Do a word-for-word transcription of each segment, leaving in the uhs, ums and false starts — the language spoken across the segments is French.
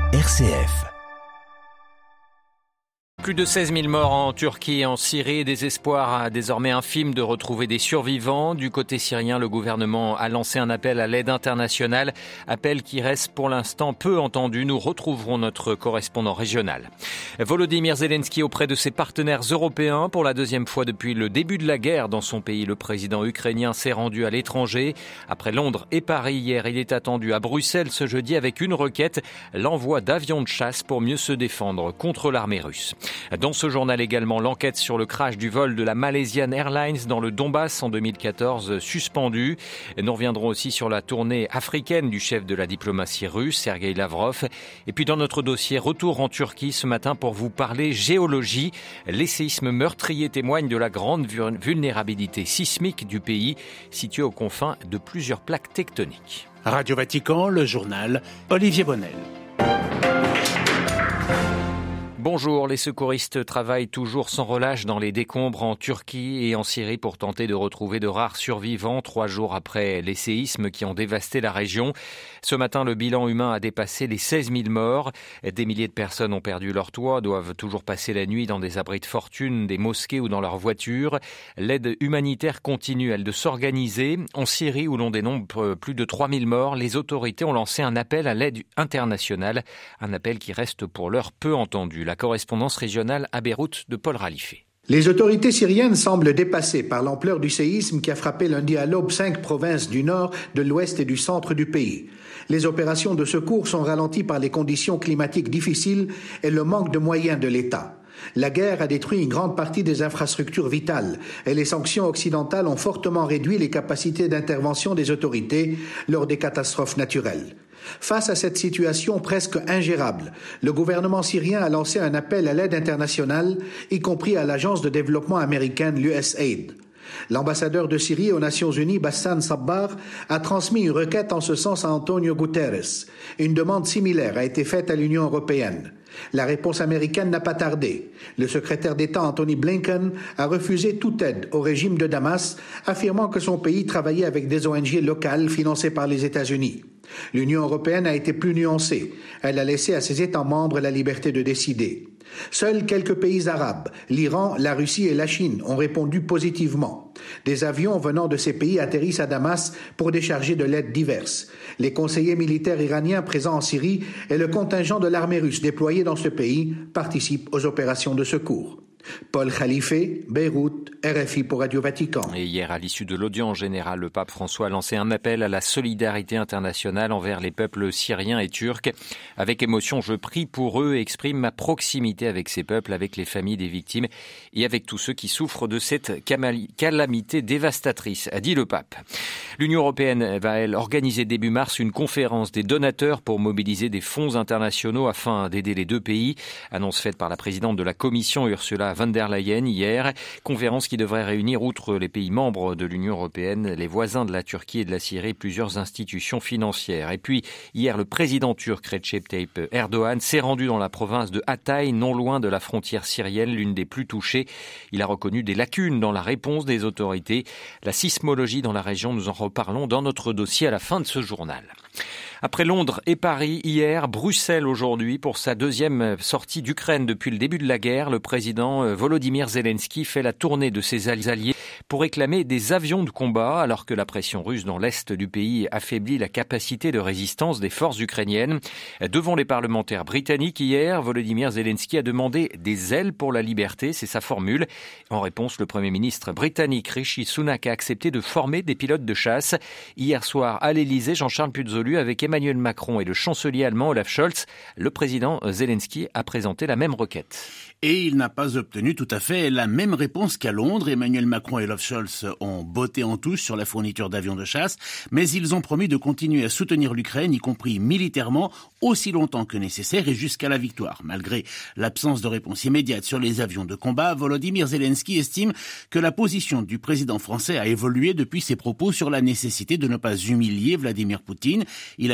R C F. Plus de seize mille morts en Turquie et en Syrie. Des espoirs désormais infimes de retrouver des survivants. Du côté syrien, le gouvernement a lancé un appel à l'aide internationale. Appel qui reste pour l'instant peu entendu. Nous retrouverons notre correspondant régional. Volodymyr Zelensky auprès de ses partenaires européens. Pour la deuxième fois depuis le début de la guerre dans son pays, le président ukrainien s'est rendu à l'étranger. Après Londres et Paris hier, il est attendu à Bruxelles ce jeudi avec une requête, l'envoi d'avions de chasse pour mieux se défendre contre l'armée russe. Dans ce journal également, l'enquête sur le crash du vol de la Malaysian Airlines dans le Donbass en deux mille quatorze suspendue. Nous reviendrons aussi sur la tournée africaine du chef de la diplomatie russe, Sergueï Lavrov. Et puis dans notre dossier, retour en Turquie ce matin pour vous parler géologie. Les séismes meurtriers témoignent de la grande vulnérabilité sismique du pays, situé aux confins de plusieurs plaques tectoniques. Radio Vatican, le journal, Olivier Bonnel. Bonjour, les secouristes travaillent toujours sans relâche dans les décombres en Turquie et en Syrie pour tenter de retrouver de rares survivants trois jours après les séismes qui ont dévasté la région. Ce matin, le bilan humain a dépassé les seize mille morts. Des milliers de personnes ont perdu leur toit, doivent toujours passer la nuit dans des abris de fortune, des mosquées ou dans leurs voitures. L'aide humanitaire continue, elle, de s'organiser. En Syrie, où l'on dénombre plus de trois mille morts, les autorités ont lancé un appel à l'aide internationale. Un appel qui reste pour l'heure peu entendu. La correspondance régionale à Beyrouth de Paul Ralifé. Les autorités syriennes semblent dépassées par l'ampleur du séisme qui a frappé lundi à l'aube cinq provinces du nord, de l'ouest et du centre du pays. Les opérations de secours sont ralenties par les conditions climatiques difficiles et le manque de moyens de l'État. La guerre a détruit une grande partie des infrastructures vitales et les sanctions occidentales ont fortement réduit les capacités d'intervention des autorités lors des catastrophes naturelles. Face à cette situation presque ingérable, le gouvernement syrien a lancé un appel à l'aide internationale, y compris à l'agence de développement américaine, l'U S A I D. L'ambassadeur de Syrie aux Nations Unies, Bassam Sabbar, a transmis une requête en ce sens à Antonio Guterres. Une demande similaire a été faite à l'Union européenne. La réponse américaine n'a pas tardé. Le secrétaire d'État Anthony Blinken a refusé toute aide au régime de Damas, affirmant que son pays travaillait avec des O N G locales financées par les États-Unis. L'Union européenne a été plus nuancée. Elle a laissé à ses États membres la liberté de décider. Seuls quelques pays arabes, l'Iran, la Russie et la Chine, ont répondu positivement. Des avions venant de ces pays atterrissent à Damas pour décharger de l'aide diverses. Les conseillers militaires iraniens présents en Syrie et le contingent de l'armée russe déployé dans ce pays participent aux opérations de secours. Paul Khalifé, Beyrouth, R F I pour Radio Vatican. Et hier, à l'issue de l'audience générale, le pape François a lancé un appel à la solidarité internationale envers les peuples syriens et turcs. Avec émotion, je prie pour eux et exprime ma proximité avec ces peuples, avec les familles des victimes et avec tous ceux qui souffrent de cette calamité dévastatrice, a dit le pape. L'Union européenne va, elle, organiser début mars une conférence des donateurs pour mobiliser des fonds internationaux afin d'aider les deux pays. Annonce faite par la présidente de la Commission, Ursula von der Leyen, hier. Conférence qui devrait réunir, outre les pays membres de l'Union européenne, les voisins de la Turquie et de la Syrie, plusieurs institutions financières. Et puis, hier, le président turc Recep Tayyip Erdogan s'est rendu dans la province de Hatay, non loin de la frontière syrienne, l'une des plus touchées. Il a reconnu des lacunes dans la réponse des autorités. La sismologie dans la région, nous en reparlons dans notre dossier à la fin de ce journal. Après Londres et Paris hier, Bruxelles aujourd'hui pour sa deuxième sortie d'Ukraine depuis le début de la guerre. Le président Volodymyr Zelensky fait la tournée de ses alliés pour réclamer des avions de combat alors que la pression russe dans l'est du pays affaiblit la capacité de résistance des forces ukrainiennes. Devant les parlementaires britanniques hier, Volodymyr Zelensky a demandé des ailes pour la liberté, c'est sa formule. En réponse, le Premier ministre britannique Rishi Sunak a accepté de former des pilotes de chasse. Hier soir à l'Elysée, Jean-Charles Puzolu avec Emmanuel Macron et le chancelier allemand Olaf Scholz, le président Zelensky a présenté la même requête. Et il n'a pas obtenu tout à fait la même réponse qu'à Londres. Emmanuel Macron et Olaf Scholz ont botté en touche sur la fourniture d'avions de chasse, mais ils ont promis de continuer à soutenir l'Ukraine, y compris militairement, aussi longtemps que nécessaire et jusqu'à la victoire. Malgré l'absence de réponse immédiate sur les avions de combat, Volodymyr Zelensky estime que la position du président français a évolué depuis ses propos sur la nécessité de ne pas humilier Vladimir Poutine. Il a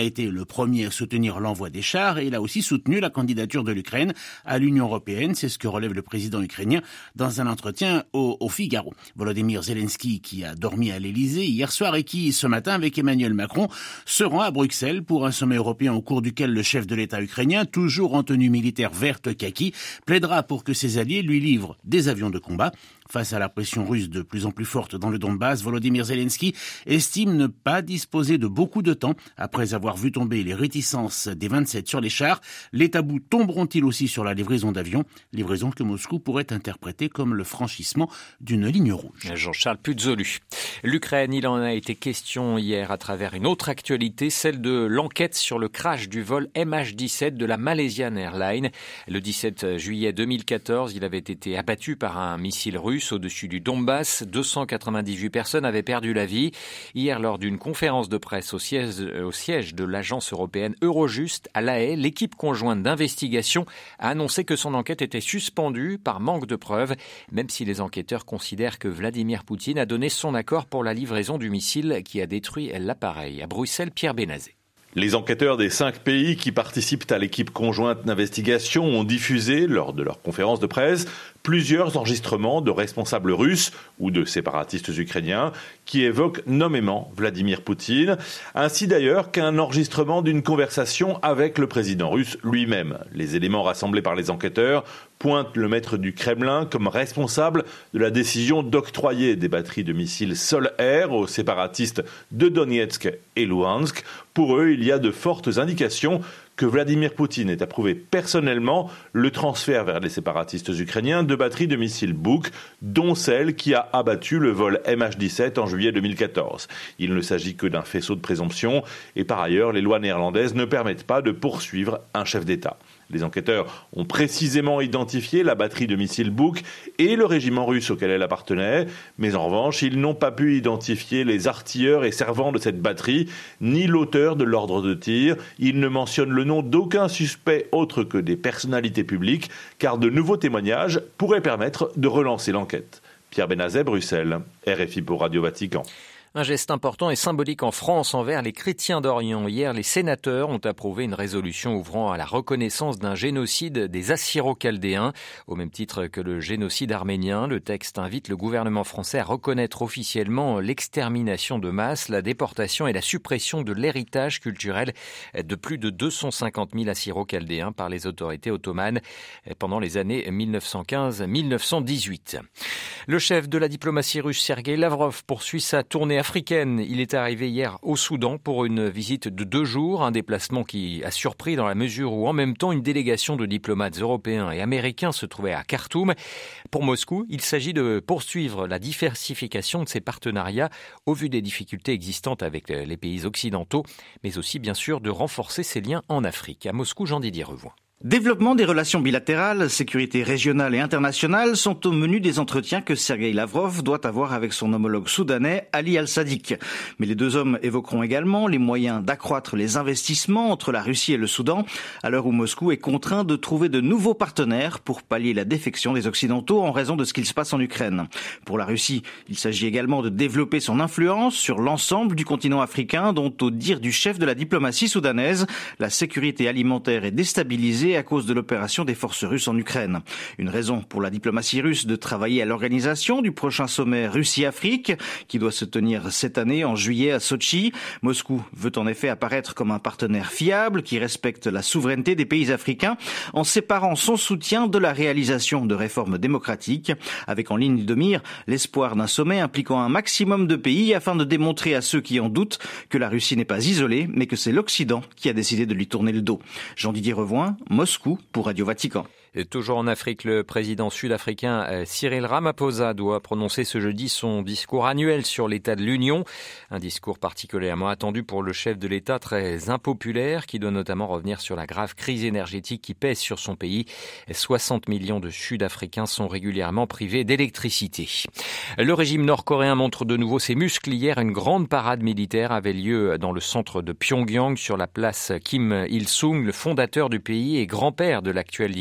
été le premier à soutenir l'envoi des chars et il a aussi soutenu la candidature de l'Ukraine à l'Union européenne. C'est ce que relève le président ukrainien dans un entretien au, au Figaro. Volodymyr Zelensky, qui a dormi à l'Elysée hier soir et qui, ce matin, avec Emmanuel Macron, se rend à Bruxelles pour un sommet européen au cours duquel le chef de l'État ukrainien, toujours en tenue militaire verte kaki, plaidera pour que ses alliés lui livrent des avions de combat. Face à la pression russe de plus en plus forte dans le Donbass, Volodymyr Zelensky estime ne pas disposer de beaucoup de temps. Après avoir vu tomber les réticences des vingt-sept sur les chars, les tabous tomberont-ils aussi sur la livraison d'avions? Livraison que Moscou pourrait interpréter comme le franchissement d'une ligne rouge. Jean-Charles Puzolu. L'Ukraine, il en a été question hier à travers une autre actualité, celle de l'enquête sur le crash du vol M H dix-sept de la Malaysian Airlines. Le dix-sept juillet deux mille quatorze, il avait été abattu par un missile russe au-dessus du Donbass. deux cent quatre-vingt-dix-huit personnes avaient perdu la vie. Hier, lors d'une conférence de presse au siège, au siège de l'agence européenne Eurojust à La Haye, l'équipe conjointe d'investigation a annoncé que son enquête était suspendue par manque de preuves, même si les enquêteurs considèrent que Vladimir Poutine a donné son accord pour la livraison du missile qui a détruit l'appareil. À Bruxelles, Pierre Benazet. Les enquêteurs des cinq pays qui participent à l'équipe conjointe d'investigation ont diffusé, lors de leur conférence de presse, plusieurs enregistrements de responsables russes ou de séparatistes ukrainiens qui évoquent nommément Vladimir Poutine, ainsi d'ailleurs qu'un enregistrement d'une conversation avec le président russe lui-même. Les éléments rassemblés par les enquêteurs pointent le maître du Kremlin comme responsable de la décision d'octroyer des batteries de missiles sol-air aux séparatistes de Donetsk et Luhansk. Pour eux, il y a de fortes indications que Vladimir Poutine ait approuvé personnellement le transfert vers les séparatistes ukrainiens de batteries de missiles Buk, dont celle qui a abattu le vol M H dix-sept en juillet deux mille quatorze. Il ne s'agit que d'un faisceau de présomption et par ailleurs, les lois néerlandaises ne permettent pas de poursuivre un chef d'État. Les enquêteurs ont précisément identifié la batterie de missiles Buk et le régiment russe auquel elle appartenait, mais en revanche, ils n'ont pas pu identifier les artilleurs et servants de cette batterie, ni l'auteur de l'ordre de tir. Ils ne mentionnent le nom d'aucun suspect autre que des personnalités publiques, car de nouveaux témoignages pourraient permettre de relancer l'enquête. Pierre Benazet, Bruxelles, R F I pour Radio Vatican. Un geste important et symbolique en France envers les chrétiens d'Orient. Hier, les sénateurs ont approuvé une résolution ouvrant à la reconnaissance d'un génocide des Assyro-Chaldéens. Au même titre que le génocide arménien, le texte invite le gouvernement français à reconnaître officiellement l'extermination de masse, la déportation et la suppression de l'héritage culturel de plus de deux cent cinquante mille Assyro-Chaldéens par les autorités ottomanes pendant les années mille neuf cent quinze à mille neuf cent dix-huit. Le chef de la diplomatie russe, Sergueï Lavrov, poursuit sa tournée africaine. Il est arrivé hier au Soudan pour une visite de deux jours, un déplacement qui a surpris dans la mesure où en même temps une délégation de diplomates européens et américains se trouvait à Khartoum. Pour Moscou, il s'agit de poursuivre la diversification de ses partenariats au vu des difficultés existantes avec les pays occidentaux, mais aussi bien sûr de renforcer ses liens en Afrique. À Moscou, Jean-Didier Revoin. Développement des relations bilatérales, sécurité régionale et internationale sont au menu des entretiens que Sergueï Lavrov doit avoir avec son homologue soudanais Ali Al-Sadiq. Mais les deux hommes évoqueront également les moyens d'accroître les investissements entre la Russie et le Soudan, à l'heure où Moscou est contraint de trouver de nouveaux partenaires pour pallier la défection des Occidentaux en raison de ce qu'il se passe en Ukraine. Pour la Russie, il s'agit également de développer son influence sur l'ensemble du continent africain, dont, au dire du chef de la diplomatie soudanaise, la sécurité alimentaire est déstabilisée à cause de l'opération des forces russes en Ukraine. Une raison pour la diplomatie russe de travailler à l'organisation du prochain sommet Russie-Afrique qui doit se tenir cette année en juillet à Sotchi. Moscou veut en effet apparaître comme un partenaire fiable qui respecte la souveraineté des pays africains en séparant son soutien de la réalisation de réformes démocratiques, avec en ligne de mire l'espoir d'un sommet impliquant un maximum de pays afin de démontrer à ceux qui en doutent que la Russie n'est pas isolée mais que c'est l'Occident qui a décidé de lui tourner le dos. Jean-Didier Revoin, Moscou pour Radio Vatican. Et toujours en Afrique, le président sud-africain Cyril Ramaphosa doit prononcer ce jeudi son discours annuel sur l'état de l'Union. Un discours particulièrement attendu pour le chef de l'État, très impopulaire, qui doit notamment revenir sur la grave crise énergétique qui pèse sur son pays. soixante millions de Sud-Africains sont régulièrement privés d'électricité. Le régime nord-coréen montre de nouveau ses muscles. Hier, une grande parade militaire avait lieu dans le centre de Pyongyang, sur la place Kim Il-sung, le fondateur du pays et grand-père de l'actuel dictateur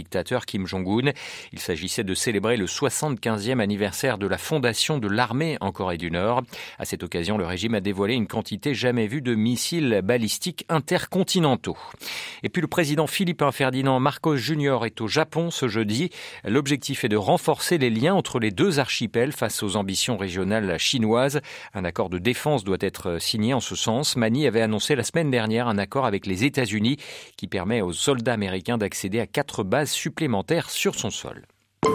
par Kim Jong-un. Il s'agissait de célébrer le soixante-quinzième anniversaire de la fondation de l'armée en Corée du Nord. À cette occasion, le régime a dévoilé une quantité jamais vue de missiles balistiques intercontinentaux. Et puis le président Philippe Ferdinand Marcos Junior est au Japon ce jeudi. L'objectif est de renforcer les liens entre les deux archipels face aux ambitions régionales chinoises. Un accord de défense doit être signé en ce sens. Manille avait annoncé la semaine dernière un accord avec les États-Unis qui permet aux soldats américains d'accéder à quatre bases supplémentaires sur son sol.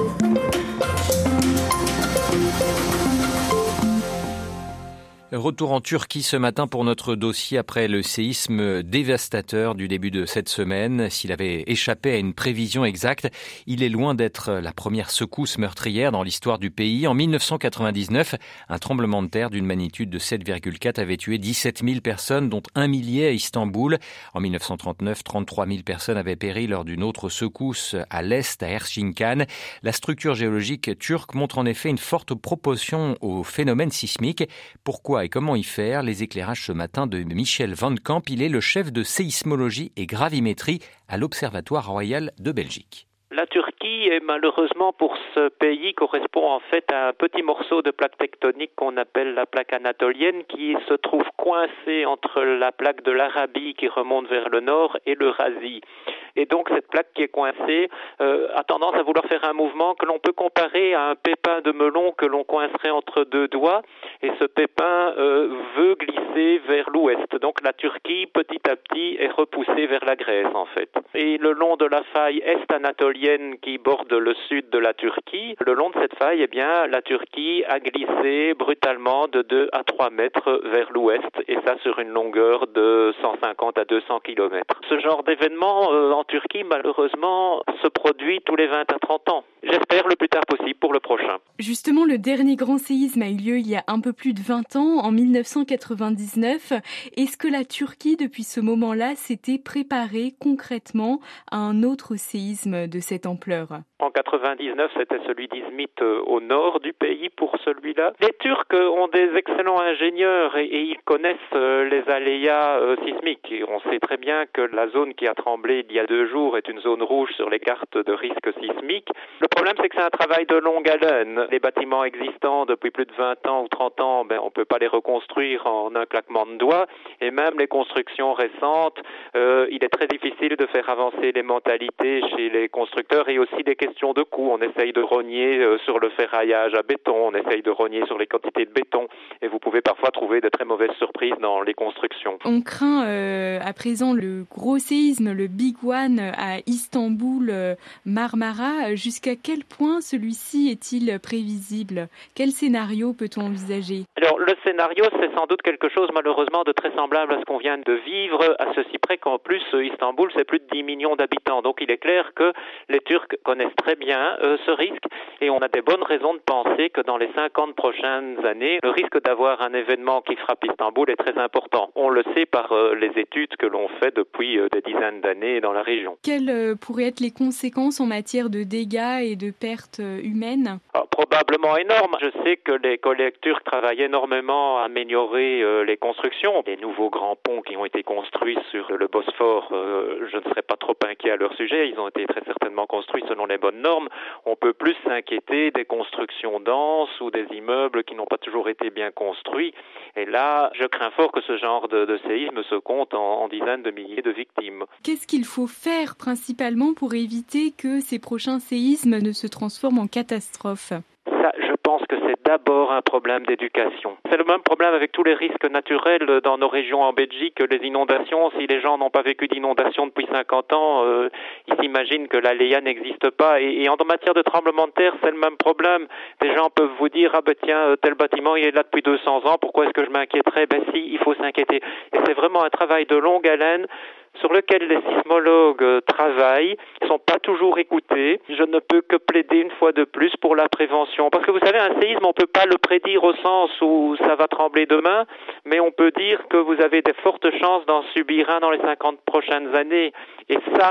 Retour en Turquie ce matin pour notre dossier après le séisme dévastateur du début de cette semaine. S'il avait échappé à une prévision exacte, il est loin d'être la première secousse meurtrière dans l'histoire du pays. En mille neuf cent quatre-vingt-dix-neuf, un tremblement de terre d'une magnitude de sept virgule quatre avait tué dix-sept mille personnes, dont un millier à Istanbul. En mille neuf cent trente-neuf, trente-trois mille personnes avaient péri lors d'une autre secousse à l'est, à Erzincan. La structure géologique turque montre en effet une forte proportion au phénomène sismique. Pourquoi et comment y faire? Les éclairages ce matin de Michel Van Camp. Il est le chef de séismologie et gravimétrie à l'Observatoire royal de Belgique. La Turquie, est malheureusement pour ce pays, correspond en fait à un petit morceau de plaque tectonique qu'on appelle la plaque anatolienne, qui se trouve coincée entre la plaque de l'Arabie qui remonte vers le nord et l'Eurasie. Et donc cette plaque qui est coincée euh, a tendance à vouloir faire un mouvement que l'on peut comparer à un pépin de melon que l'on coincerait entre deux doigts, et ce pépin euh, veut glisser vers l'ouest. Donc la Turquie, petit à petit, est repoussée vers la Grèce en fait. Et le long de la faille est-anatolienne qui borde le sud de la Turquie, le long de cette faille, eh bien, la Turquie a glissé brutalement de deux à trois mètres vers l'ouest, et ça sur une longueur de cent cinquante à deux cents kilomètres. Ce genre d'événement euh, en Turquie, malheureusement, se produit tous les vingt à trente ans. J'espère le plus tard possible pour le prochain. Justement, le dernier grand séisme a eu lieu il y a un peu plus de vingt ans, en mille neuf cent quatre-vingt-dix-neuf. Est-ce que la Turquie, depuis ce moment-là, s'était préparée concrètement à un autre séisme de cette ampleur? En quatre-vingt-dix-neuf, c'était celui d'Izmit euh, au nord du pays pour celui-là. Les Turcs ont des excellents ingénieurs et, et ils connaissent euh, les aléas euh, sismiques. Et on sait très bien que la zone qui a tremblé il y a deux jours est une zone rouge sur les cartes de risque sismique. Le problème, c'est que c'est un travail de longue haleine. Les bâtiments existants depuis plus de vingt ans ou trente ans, ben, on ne peut pas les reconstruire en un claquement de doigts. Et même les constructions récentes, euh, il est très difficile de faire avancer les mentalités chez les constructeurs, et aussi des questions de coût. On essaye de rogner euh, sur le ferraillage à béton, on essaye de rogner sur les quantités de béton, et vous pouvez parfois trouver de très mauvaises surprises dans les constructions. On craint euh, à présent le gros séisme, le Big One à Istanbul, euh, Marmara. Jusqu'à quel point celui-ci est-il prévisible? Quel scénario peut-on envisager? Alors, le scénario, c'est sans doute quelque chose, malheureusement, de très semblable à ce qu'on vient de vivre, à ceci près qu'en plus, Istanbul, c'est plus de dix millions d'habitants. Donc, il est clair que les Turcs connaissent très bien euh, ce risque, et on a des bonnes raisons de penser que dans les cinquante prochaines années, le risque d'avoir un événement qui frappe Istanbul est très important. On le sait par euh, les études que l'on fait depuis euh, des dizaines d'années dans la région. Quelles euh, pourraient être les conséquences en matière de dégâts et de pertes euh, humaines? Ah, probablement énorme. Je sais que les collègues turcs travaillent énormément à améliorer euh, les constructions. Les nouveaux grands ponts qui ont été construits sur le Bosphore, euh, je ne serais pas trop inquiet à leur sujet. Ils ont été très certainement construits selon les bonnes normes. On peut plus s'inquiéter des constructions denses ou des immeubles qui n'ont pas toujours été bien construits. Et là, je crains fort que ce genre de, de séisme se compte en, en dizaines de milliers de victimes. Qu'est-ce qu'il faut faire principalement pour éviter que ces prochains séismes ne se transforment en catastrophe? Ça, je pense que c'est d'abord un problème d'éducation. C'est le même problème avec tous les risques naturels dans nos régions en Belgique, les inondations. Si les gens n'ont pas vécu d'inondations depuis cinquante ans, euh, ils s'imaginent que l'aléa n'existe pas. Et, et en matière de tremblement de terre, c'est le même problème. Des gens peuvent vous dire, ah ben tiens, tel bâtiment, il est là depuis deux cents ans, pourquoi est-ce que je m'inquiéterais? Ben si, il faut s'inquiéter. Et c'est vraiment un travail de longue haleine sur lequel les sismologues travaillent, ne sont pas toujours écoutés. Je ne peux que plaider une fois de plus pour la prévention. Parce que vous savez, un séisme, on ne peut pas le prédire au sens où ça va trembler demain, mais on peut dire que vous avez des fortes chances d'en subir un dans les cinquante prochaines années. Et ça,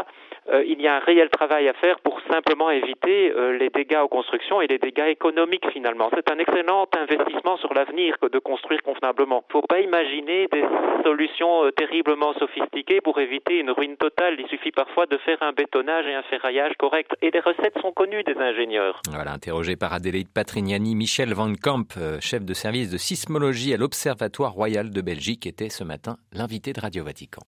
euh, il y a un réel travail à faire pour simplement éviter euh, les dégâts aux constructions et les dégâts économiques finalement. C'est un excellent investissement sur l'avenir que de construire convenablement. Il ne faut pas imaginer des solutions euh, terriblement sophistiquées pour éviter une ruine totale. Il suffit parfois de faire un bétonnage et un ferraillage correct. Et les recettes sont connues des ingénieurs. Voilà, interrogé par Adélaïde Patrignani, Michel Van Camp, chef de service de sismologie à l'Observatoire royal de Belgique, était ce matin l'invité de Radio Vatican.